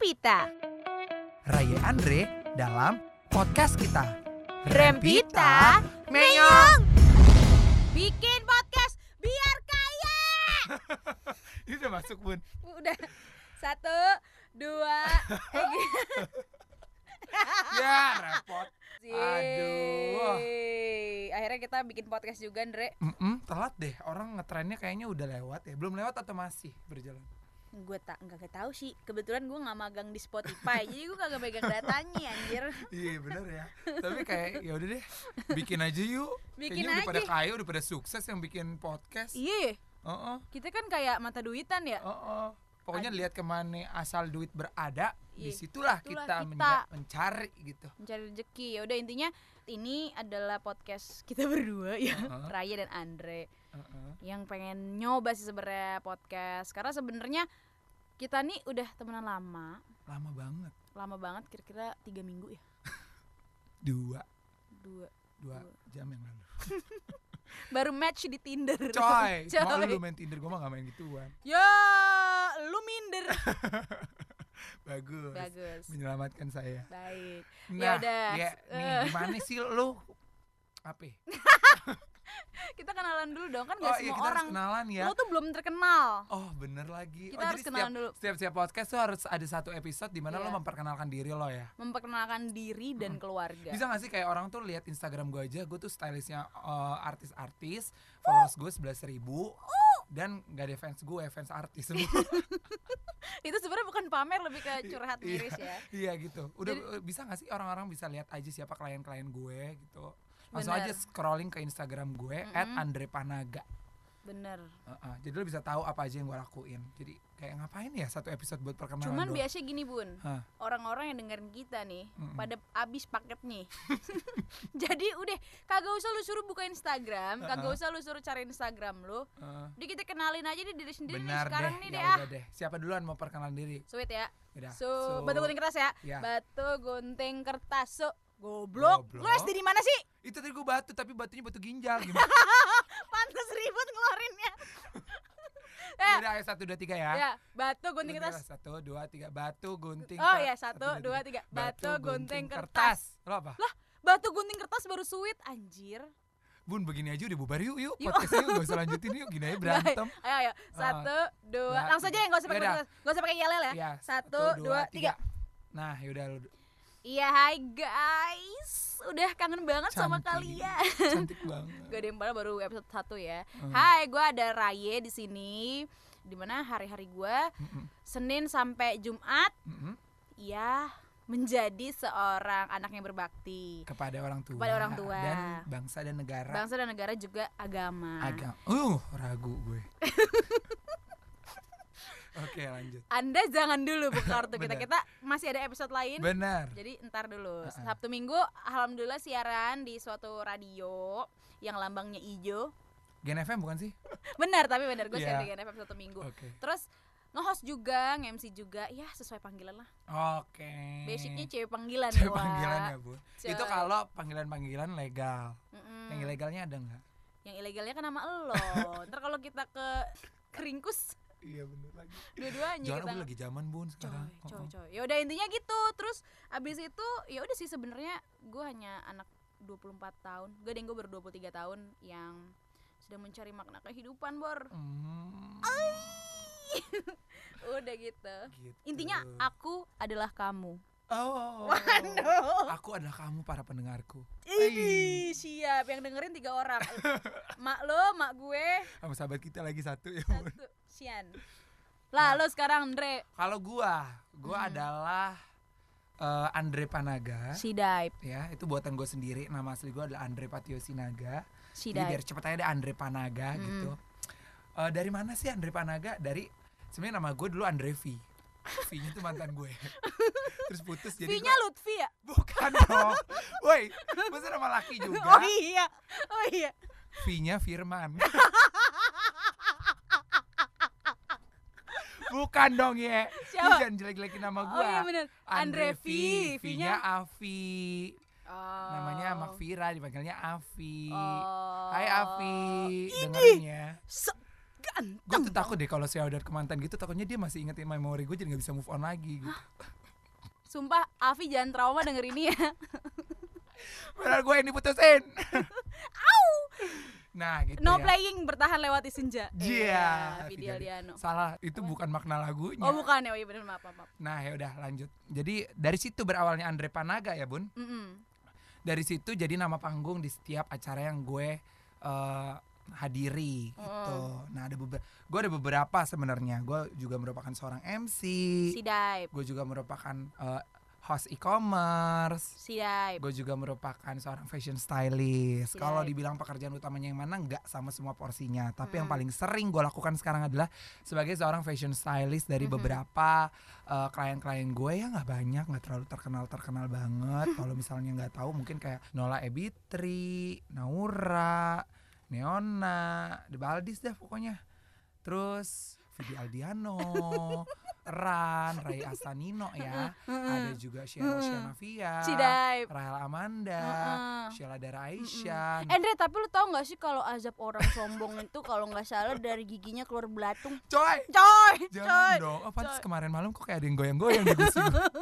Rempita. Raya Andre dalam podcast kita. Rempita Menyong. Bikin podcast biar kaya. Ini udah masuk, Bun. Udah. 1, 2 Ya, repot. Aduh. Akhirnya kita bikin podcast juga, Andre. Telat deh. Orang ngetrennya kayaknya udah lewat ya. Belum lewat atau masih berjalan? Gue nggak tahu sih. Kebetulan gue nggak magang di Spotify, jadi gue kagak pegang datanya, anjir. Iya bener ya. Tapi kayak ya udah deh, bikin aja yuk. Bikin Kayaknya udah aja. pada kaya, udah pada sukses yang bikin podcast. Iya. Kita kan kayak mata duitan ya. Pokoknya lihat kemana asal duit berada, Iya, disitulah itulah kita kita. mencari gitu. Mencari rezeki. Ya udah, intinya ini adalah podcast kita berdua ya, Raya dan Andre. Yang pengen nyoba sih sebenarnya podcast, karena sebenarnya kita nih udah temenan lama banget, kira-kira 3 minggu ya. 2 Dua. jam yang lalu. Baru match di Tinder. Coy. Mau lu main Tinder, gue mah gak main gituan. Ya, lu minder. Bagus. Menyelamatkan saya. Baik. Nah, Yaudah. ya nih gimana sih lu? Apa? Kita kenalan dulu dong, kan gak Iya, semua kita orang. harus kenalan ya. Lu tuh belum terkenal. Oh bener lagi. Kita harus jadi kenalan dulu. Setiap podcast tuh harus ada satu episode di mana Iya. lo memperkenalkan diri lo ya. Memperkenalkan diri dan keluarga. Bisa gak sih kayak orang tuh lihat Instagram gue aja, gue tuh stylistnya artis-artis, followers gue 11.000 dan gak ada fans gue, fans artis semua. Itu sebenarnya bukan pamer, lebih ke curhat miris ya. Iya gitu. Udah bisa gak sih orang-orang bisa lihat aja siapa klien-klien gue gitu. Langsung Bener. aja scrolling ke Instagram gue @andrepanaga. Bener. Jadi lo bisa tahu apa aja yang gue lakuin. Jadi kayak ngapain ya satu episode buat perkenalan Cuman doang. biasanya gini, Bun. Orang-orang yang dengerin kita nih pada abis paketnya. Jadi udah kagak usah lu suruh buka Instagram, kagak usah lu suruh cari Instagram lu. Udah kita kenalin aja diri sendiri nih Benar sekarang deh, nih ya deh. udah deh. Siapa duluan mau perkenalan diri? Sweet ya. Udah. Batu gunting kertas ya. Ya. Batu gunting kertas. Goblok. Lu SD di mana sih? Itu tadi gue batu, tapi batunya batu ginjal gimana? Pantes ribut ngeluarinnya. Udah, ayo 1, 2, 3 ya. Ya, batu gunting kertas. 1, 2, 3, batu gunting Oh kertas. ya, 1, 2, 3. Batu gunting kertas. kertas. Lo apa? Lah, batu gunting kertas baru sweet, anjir. Bun, begini aja udah bubar yuk. Podcastnya yuk, gak usah lanjutin yuk. Gini aja berantem. Ayo. 1, 2. Langsung aja ya, enggak usah pakai Yaudah. enggak usah pakai yel-yel ya. Iya, 1, 2, 3. Nah, yaudah lu. Iya, hai guys. Udah kangen banget sama Cantik. kalian. Cantik banget. Gak ada yang baru episode 1 ya. Hai, gue ada Raye di sini. Dimana hari-hari gue Senin sampai Jumat ya menjadi seorang anak yang berbakti Kepada orang tua. Dan bangsa dan negara. Bangsa dan negara juga agama. Ragu gue. Oke, lanjut. Anda jangan dulu buka kartu kita. Benar. Kita masih ada episode lain. Benar. Jadi entar dulu. Sabtu Minggu alhamdulillah siaran di suatu radio yang lambangnya hijau. Gen FM bukan sih? Benar, tapi benar gue Iya. siaran di GNFM Sabtu Minggu. Oke. Terus nge-host juga, nge-MC juga. Ya sesuai panggilan lah. Oke. Basicnya cewek panggilan. Cewek Wak. panggilan ya, Bu. Coy. Itu kalau panggilan-panggilan legal. Yang ilegalnya ada nggak? Yang ilegalnya kan nama lo. Ntar kalau kita ke keringkus Iya bener lagi. dua-duanya Jangan, kita. aku lagi zaman, Bun, sekarang. Coy. Ya udah intinya gitu. Terus abis itu ya udah sih sebenarnya gue hanya anak 24 tahun. Gue baru 23 tahun yang sedang mencari makna kehidupan, Bor. Udah gitu. Intinya aku adalah kamu. Waduh. Aku adalah kamu, para pendengarku. Ih, siap. Yang dengerin 3 orang. Mak lo, mak gue. Sama sahabat kita lagi satu ya. Satu. Sian. Lah, lo sekarang Andre. Kalau gua adalah Andre Panaga. Sidaip. Ya, itu buatan gue sendiri. Nama asli gue adalah Andre Patio Sinaga. Jadi Sidaip. biar cepet aja ada Andre Panaga gitu. Dari mana sih Andre Panaga? Dari sebenarnya nama gue dulu Andre V. V-nya tuh mantan gue. Terus putus jadi V-nya Lutfi ya? Bukan dong. Woi, masa nama laki juga? Oh iya. V-nya Firman. Bukan dong ya. Siapa? Jangan jelek-jelekin nama gue. Oh iya bener. Andre V. V-nya Avi. Oh. Namanya Makfira, dipanggilnya Avi. Oh. Hai Avi, dengerin ya. Ganteng. Gue tuh takut deh kalau saya udah ke mantan gitu, takutnya dia masih ingetin memori gue jadi gak bisa move on lagi gitu. Sumpah Afi jangan trauma denger ini ya. Padahal gue yang diputusin. Nah gitu No ya. playing bertahan lewati senja. Iya, Afi Dialdiano. Salah, itu bukan makna lagunya. Oh bukan ya, oh iya bener, maaf. Nah ya udah lanjut. Jadi dari situ berawalnya Andre Panaga ya Bun. Dari situ jadi nama panggung di setiap acara yang gue hadiri gitu. Nah gue ada beberapa sebenarnya. Gue juga merupakan seorang MC. Sidaip. Gue juga merupakan host e-commerce. Sidaip. Gue juga merupakan seorang fashion stylist. Kalau dibilang pekerjaan utamanya yang mana, nggak sama semua porsinya. Tapi yang paling sering gue lakukan sekarang adalah sebagai seorang fashion stylist dari beberapa klien-klien gue yang nggak banyak, nggak terlalu terkenal banget. Kalau misalnya nggak tahu mungkin kayak Nola Ebitri, Naura, Neona, The Baldis dah pokoknya. Terus Vidi Aldiano, Ran, Ray Asanino ya. Ada juga Sheryl Shyanavia, Sidaip. Rahel Amanda, Sheila Dara Aisyah. Andre, tapi lu tau gak sih kalau azab orang sombong itu kalau nggak salah dari giginya keluar belatung. Coy, Coy. jangan dong. Oh, pantas kemarin malam kok kayak ada yang goyang-goyang di gusi.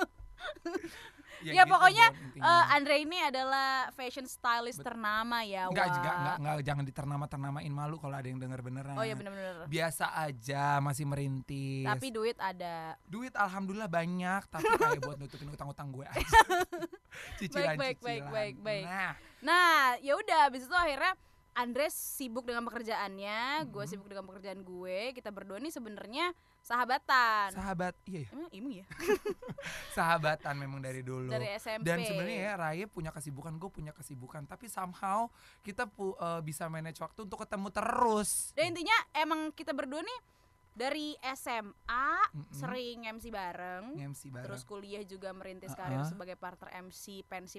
Ya gitu, pokoknya Bon, intinya. Andre ini adalah fashion stylist ternama ya. Enggak, jangan diternama-ternamain, malu kalau ada yang denger beneran. Oh iya benar-benar. Biasa aja, masih merintis. Tapi duit ada. Duit alhamdulillah banyak, tapi kayak buat nutupin utang-utang gue aja. Cicilan. Baik. Nah, Nah, ya udah habis itu akhirnya Andre sibuk dengan pekerjaannya, gue sibuk dengan pekerjaan gue. Kita berdua nih sebenarnya sahabatan. sahabat, iya ya. Emang imu ya? Sahabatan memang dari dulu. Dari SMP. Dan sebenarnya ya Raya punya kesibukan, gue punya kesibukan, tapi somehow kita bisa manage waktu untuk ketemu terus. Dan intinya emang kita berdua nih dari SMA sering MC bareng. Terus kuliah juga merintis karir sebagai partner MC pensi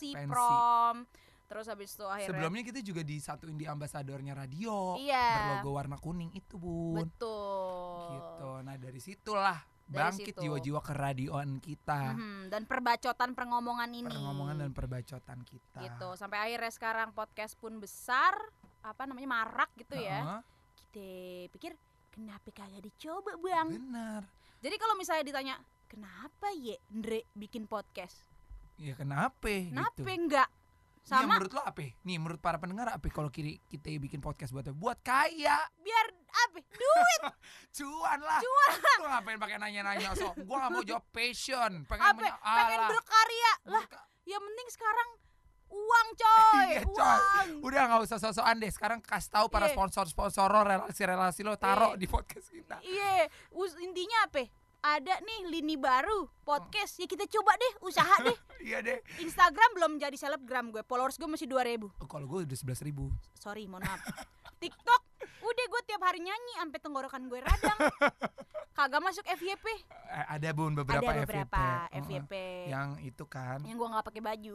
prom. Terus habis itu akhirnya sebelumnya kita juga disatuin di ambasadornya radio. Iya. Berlogo warna kuning itu Bun. Betul. Gitu. Nah dari situlah bangkit jiwa-jiwa keradioan kita. Dan perbacotan perngomongan ini. Perngomongan dan perbacotan kita. Gitu. Sampai akhirnya sekarang podcast pun besar, marak gitu ya. Kita pikir kenapa kagak dicoba Bang? Benar. Jadi kalau misalnya ditanya kenapa ya Andre bikin podcast? Ya kenapa gitu. Enggak? Sama. Ya menurut lo apa? Nih menurut para pendengar apa kalau kita bikin podcast buat apa? Buat kaya. Biar apa? Duit. Cuan lah. Lo ngapain pakai nanya-nanya so? Gua gak mau jawab passion. Pengen berkarya. Lah, yang penting sekarang uang coy. Iya, uang. Udah gak usah so-soan deh. Sekarang kasih tahu para sponsor lo, relasi-relasi lo taruh di podcast kita. Iya, intinya apa? Ada nih lini baru podcast, ya kita coba deh, usaha deh. Iya deh. Instagram belum jadi selebgram gue, followers gue masih 2.000. Kalau gue udah 11.000. Sorry, mohon maaf. TikTok, udah gue tiap hari nyanyi sampai tenggorokan gue radang. Kagak masuk FYP. Ada Bun beberapa FYP. Yang itu kan. Yang gue nggak pakai baju.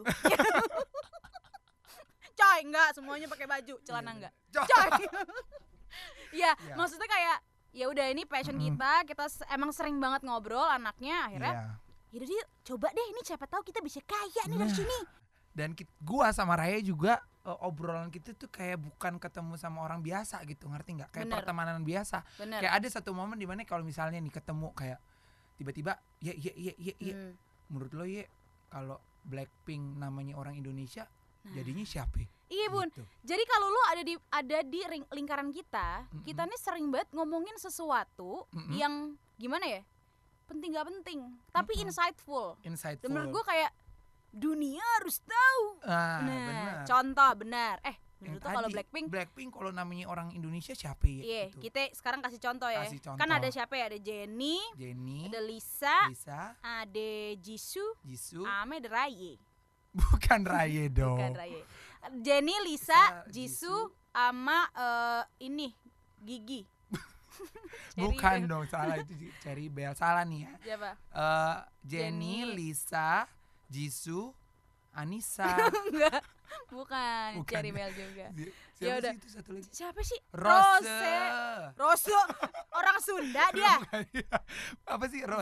Coy, enggak semuanya pakai baju, celana enggak. Coy. Ya, maksudnya kayak ya udah ini passion kita emang sering banget ngobrol anaknya akhirnya. Yaudah dia coba deh ini siapa tahu kita bisa kaya nih dari sini. Dan gua sama Raya juga obrolan kita tuh kayak bukan ketemu sama orang biasa gitu, ngerti nggak? Kayak pertemanan biasa. Bener. Kayak ada satu momen dimana kalau misalnya nih ketemu kayak tiba-tiba ya. Menurut lo ya kalau Blackpink namanya orang Indonesia jadinya siapa? Iya Bun, gitu. Jadi kalau lo ada di lingkaran kita nih sering banget ngomongin sesuatu yang gimana ya, penting gak penting, tapi insightful. Dan menurut gue kayak dunia harus tahu. Benar. Contoh benar. Menurut lo kalau Blackpink kalau namanya orang Indonesia siapa ya? Iya, gitu. Kita sekarang kasih contoh ya. Kan ada siapa ya? Ada Jenny, ada Lisa, ada Jisoo, ada Raye. Bukan Raye dong. Bukan Raye. Jenny, Lisa, Jisoo, sama ini Gigi. Bukan dong, salah itu Cherry Bell. Salah nih ya. Siapa? Jenny, Lisa, Jisoo, Anissa. Enggak. Bukan Cherry Bell juga. Siapa sih itu satu lagi? Siapa sih? Rose. Orang Sunda dia. Apa sih Rose?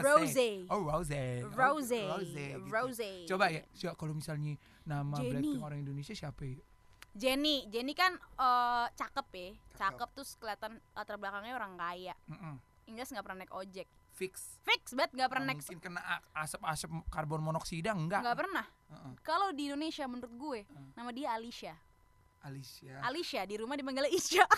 Rose. Coba ya, kalau misalnya nama Blackpink orang Indonesia siapa ya? Jenny kan cakep ya. Cakep terus kelihatan latar belakangnya orang kaya. Inggris nggak pernah naik ojek. Fix banget nggak pernah next. Mungkin kena asap karbon monoksida nggak pernah. Kalau di Indonesia menurut gue nama dia Alicia di rumah dipanggil Isya.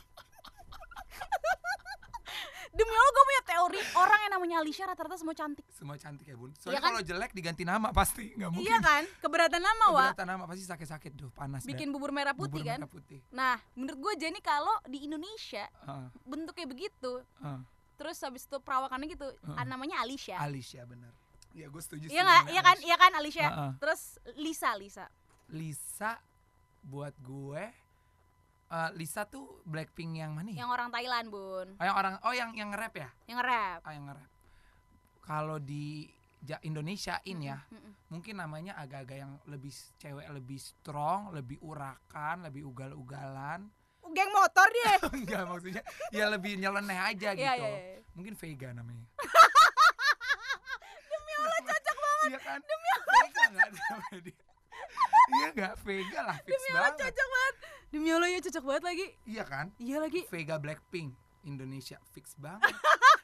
Demi Allah gue punya teori orang yang namanya Alicia rata-rata semua cantik ya bun. Soalnya kan? Kalau jelek diganti nama pasti nggak mungkin. Iya kan, keberatan nama pasti sakit tuh, panas. Bikin bubur merah putih kan. Nah menurut gue Jenny kalau di Indonesia bentuknya begitu, terus habis itu perawakannya gitu, namanya Alicia bener. Iya gue setuju. Iya kan Alicia. Terus Lisa buat gue. Lisa tuh Blackpink yang mana ya? Yang orang Thailand bun. Yang nge-rap ya? Yang nge-rap. Yang nge-rap. Kalau di Indonesiain ya, mungkin namanya agak-agak yang lebih cewek, lebih strong, lebih urakan, lebih ugal-ugalan. Geng motor dia. Enggak, maksudnya ya lebih nyeleneh aja gitu. Iya. Mungkin Vega namanya. Demi Allah cocok banget. Iya kan? Demi Allah. Vega enggak namanya dia. Iya enggak? Vega lah, fix Demi Allah banget. cocok banget. Demi Allah ya cocok banget lagi. Iya kan? Iya lagi. Vega Blackpink Indonesia fix banget.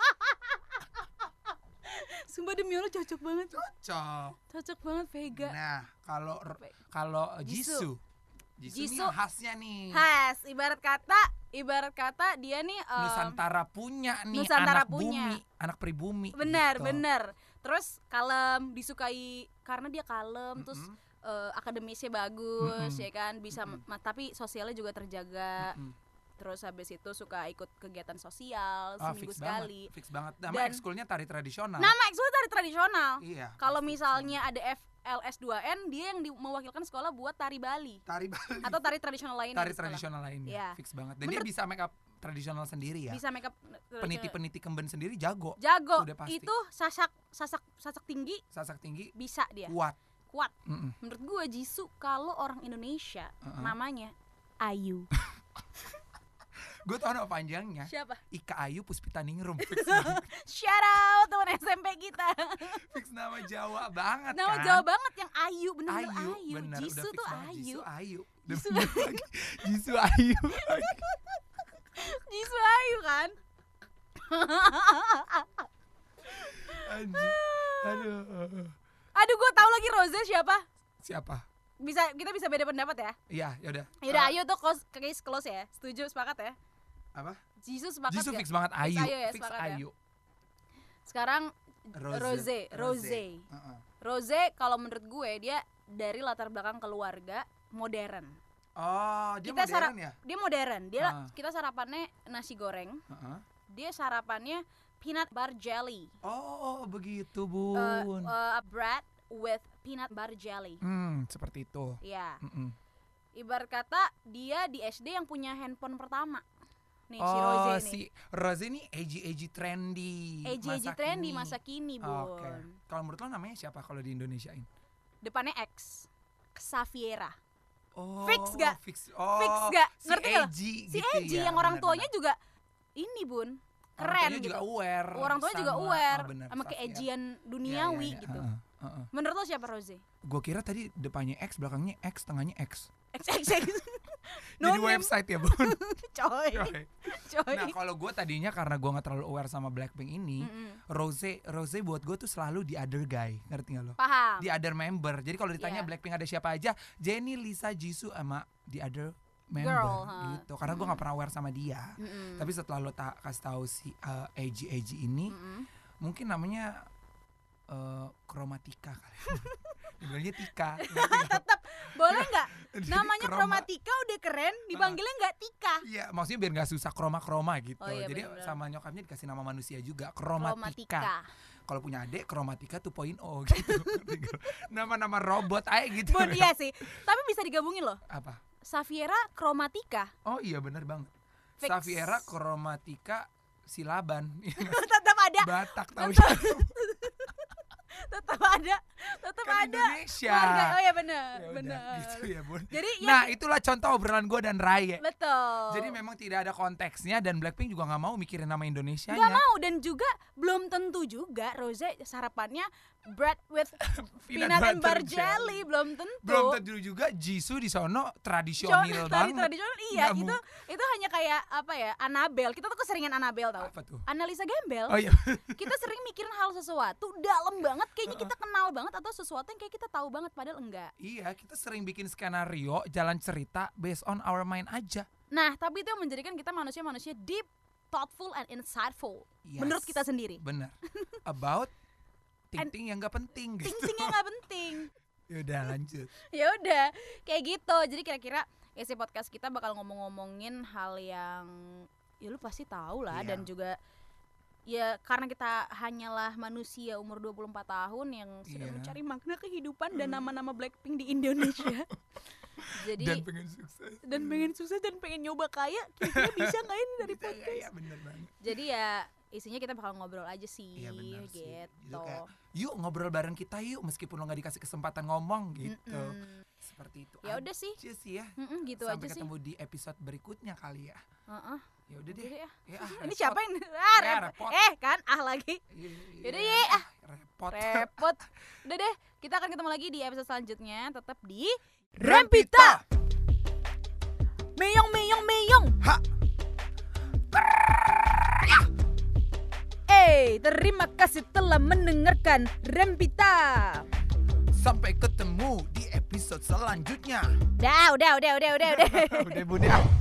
Sumpah demi Allah cocok banget. Cocok banget Vega. Nah, kalau Jisoo ini khasnya nih. Khas, ibarat kata dia nih Nusantara punya nih, anak pribumi. Benar. Terus kalem, disukai karena dia kalem, terus akademisnya bagus, ya kan, bisa tapi sosialnya juga terjaga. Terus habis itu suka ikut kegiatan sosial seminggu sekali. Fix banget. Nama ekskulnya tari tradisional. Iya. Kalau misalnya ada FLS2N, dia yang mewakilkan sekolah buat tari Bali. Atau tari tradisional lainnya. Ya. Fix banget. Dan dia bisa make up tradisional sendiri ya. Bisa make up. Peniti kemben sendiri jago. Udah pasti. Itu sasak tinggi. Bisa dia. Kuat. Menurut gue Jisoo kalau orang Indonesia namanya Ayu. Gue tau nama panjangnya. Siapa? Ika Ayu Puspitaningrum. Shout out teman SMP kita. Fix nama Jawa banget nama kan. Jawa banget yang Ayu, bener-bener Ayu. Bener, Jisoo tuh Ayu. Jisoo Ayu. Jisoo Ayu kan. Aduh gue tahu lagi Rose siapa? Kita bisa beda pendapat ya? Iya, yaudah. Ayu tuh close ya. Setuju, sepakat ya? Apa? Jisoo sepakat. Jisoo fix banget Ayu. Fix Ayu. Sekarang Rose kalau menurut gue dia dari latar belakang keluarga modern. Oh, dia modern ya? Dia modern. Kita sarapannya nasi goreng. Dia sarapannya peanut butter jelly. Oh, begitu, Bun. Bread with peanut butter jelly. Seperti itu. Iya. Ibarat kata dia di SD yang punya handphone pertama. Nih si Rose nih. Si Rose ini edgy trendy. Masa kini, Bun. Oke. Kalau menurut lo namanya siapa kalau di Indonesiain? Depannya X. Xaviera. Oh, fix gak? Fix gak? Ngerti gak? Si Edgy yang orang tuanya juga ini, Bun. Keren gitu. Orang tuanya juga aware sama keedgyan duniawi gitu. Menurut lo siapa Rose? Gue kira tadi depannya X, belakangnya X, tengahnya X. X. Jadi website ya, Bun. Coy. Nah, kalau gue tadinya karena gue nggak terlalu aware sama Blackpink ini, Rose buat gue tuh selalu the other guy, ngerti nggak lo? Paham. The other member. Jadi kalau ditanya Blackpink ada siapa aja, Jennie, Lisa, Jisoo sama the other member gitu. Karena gue nggak pernah aware sama dia. Tapi setelah lo kasih tahu si edgy ini, mungkin namanya Chromatica kali. Dibilangnya Tika. Tetap boleh nggak? Namanya Chromatica udah keren, dipanggilnya nggak Tika. Iya, maksudnya biar nggak susah kroma gitu. Jadi bener-bener. sama nyokapnya dikasih nama manusia juga, Chromatica. Kalau punya adik, Chromatica 2.0 gitu. Nama-nama robot aja gitu. Bon, iya sih. Tapi bisa digabungin loh. Apa? Xaviera Chromatica. Oh iya, benar banget. Xaviera Chromatica Silaban. Tetap ada. Batak tahu. Tetap ada. Kan Indonesia. Oh ya benar, Ya udah, benar. gitu ya Bun. Jadi Nah itulah contoh obrolan gue dan Rai. betul. Jadi memang tidak ada konteksnya dan Blackpink juga nggak mau mikirin nama Indonesianya. Nggak mau, dan juga belum tentu juga Rose sarapannya bread with peanut and butter jelly, belum tentu. Belum tentu juga Jisoo di sono tradisional banget. Tradisional iya, Nggak itu hanya kayak apa ya, Annabelle. Kita tuh keseringan Annabelle tau. Apa tuh? Annalisa Gembel. Oh iya. Kita sering mikirin hal sesuatu dalam banget, kayaknya kita kenal banget, atau sesuatu yang kayak kita tahu banget padahal enggak. Iya, kita sering bikin skenario, jalan cerita based on our mind aja. Nah, tapi itu yang menjadikan kita manusia-manusia deep, thoughtful and insightful. Yes. Menurut kita sendiri. Bener. About ting-ting yang gak penting gitu. Ting-ting yang gak penting. Yaudah lanjut. Ya udah, kayak gitu. Jadi kira-kira isi podcast kita bakal ngomongin hal yang ya lu pasti tahu lah. Iya. Dan juga ya karena kita hanyalah manusia umur 24 tahun yang sedang mencari makna kehidupan dan nama-nama Blackpink di Indonesia. Jadi dan pengen sukses dan pengen nyoba kaya, kira-kira bisa nggak ini dari podcast? Iya bener banget. Jadi ya isinya kita bakal ngobrol aja sih, Iya bener sih. gitu. Kayak, yuk ngobrol bareng kita yuk, meskipun lo nggak dikasih kesempatan ngomong gitu. Seperti itu. Ya udah sih. Sih ya. Gitu Sampai aja sih. ketemu di episode berikutnya kali ya. Ya udah deh. ya. repot. Ini siapa yang repot. kan lagi. Yaudah repot. Udah deh, kita akan ketemu lagi di episode selanjutnya. Tetap di Rempita. Meyong. Ha. Terima kasih telah mendengarkan Rempita. Sampai ketemu di episode selanjutnya. Udah. Udah Bunda.